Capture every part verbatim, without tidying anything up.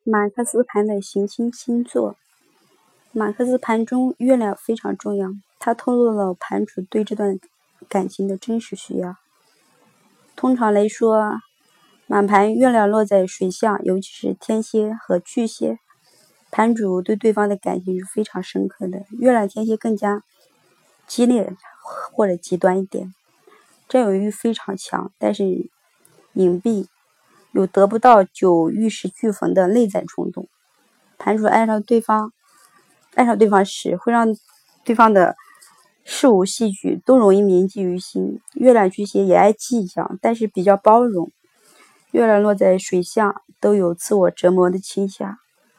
马克思盘的行星星座。马克思盘中月亮非常重要，它透露了盘主对这段感情的真实需要。通常来说，满盘月亮落在水象，尤其是天蝎和巨蟹，盘主对对方的感情是非常深刻的。月亮天蝎更加激烈或者极端一点，占有欲非常强，但是隐蔽，有得不到就玉石俱焚的内在冲动。盘主爱上对方爱上对方时，会让对方的事无细举都容易铭记于心。月亮巨蟹也爱计较，但是比较包容。月亮落在水象，都有自我折磨的倾向。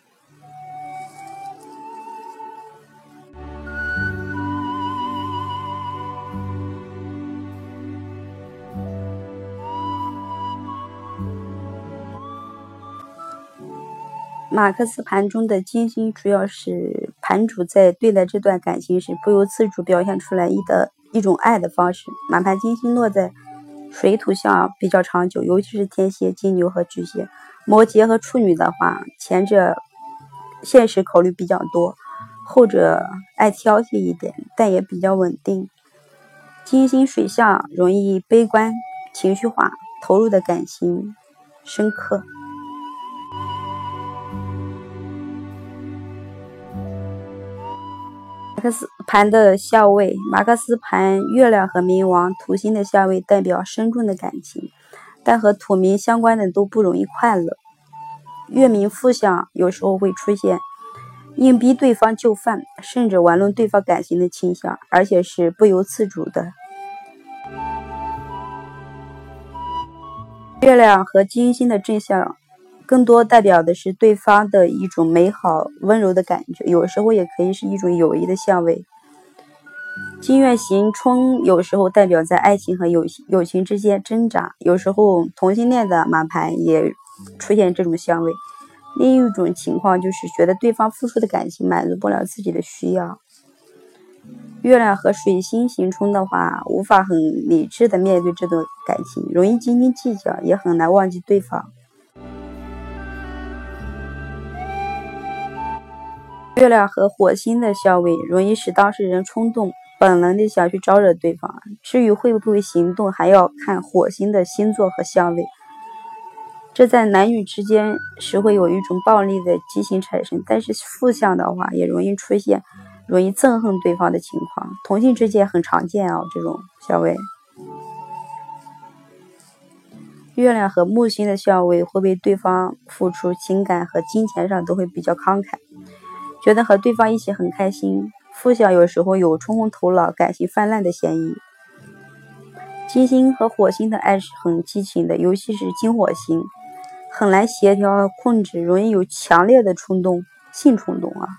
马克思盘中的金星主要是盘主在对待这段感情时不由自主表现出来一的一种爱的方式。满盘金星落在水土象比较长久，尤其是天蝎、金牛和巨蟹。摩羯和处女的话，前者现实考虑比较多，后者爱挑剔一点，但也比较稳定。金星水象容易悲观、情绪化，投入的感情深刻。马克思盘的相位，马克思盘月亮和冥王、土星的相位代表深重的感情，但和土冥相关的都不容易快乐。月冥负相有时候会出现硬逼对方就范，甚至玩弄对方感情的倾向，而且是不由自主的。月亮和金星的正相更多代表的是对方的一种美好温柔的感觉，有时候也可以是一种友谊的相位。金月行冲有时候代表在爱情和友友情之间挣扎，有时候同性恋的满盘也出现这种相位。另一种情况就是觉得对方付出的感情满足不了自己的需要。月亮和水星行冲的话，无法很理智的面对这段感情，容易斤斤计较，也很难忘记对方。月亮和火星的相位容易使当事人冲动，本能的想去招惹对方，至于会不会行动，还要看火星的星座和相位。这在男女之间是会有一种暴力的激情产生，但是负相的话也容易出现容易憎恨对方的情况。同性之间很常见啊，这种相位。月亮和木星的相位会为对方付出情感和金钱上都会比较慷慨，觉得和对方一起很开心。负相有时候有冲昏头脑、感情泛滥的嫌疑。金星和火星的爱是很激情的，尤其是金火星，很难协调和控制，容易有强烈的冲动，性冲动啊。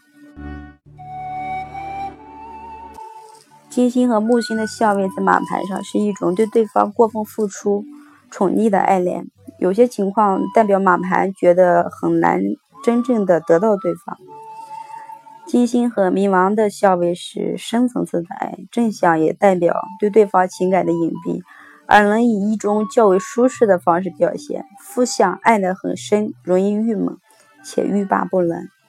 金星和木星的相位在满盘上是一种对对方过分付出、宠溺的爱恋，有些情况代表满盘觉得很难真正的得到对方。金星和冥王的相位是深层次的爱，正相也代表对对方情感的隐蔽，而能以一种较为舒适的方式表现。负相爱得很深，容易郁闷且欲罢不能。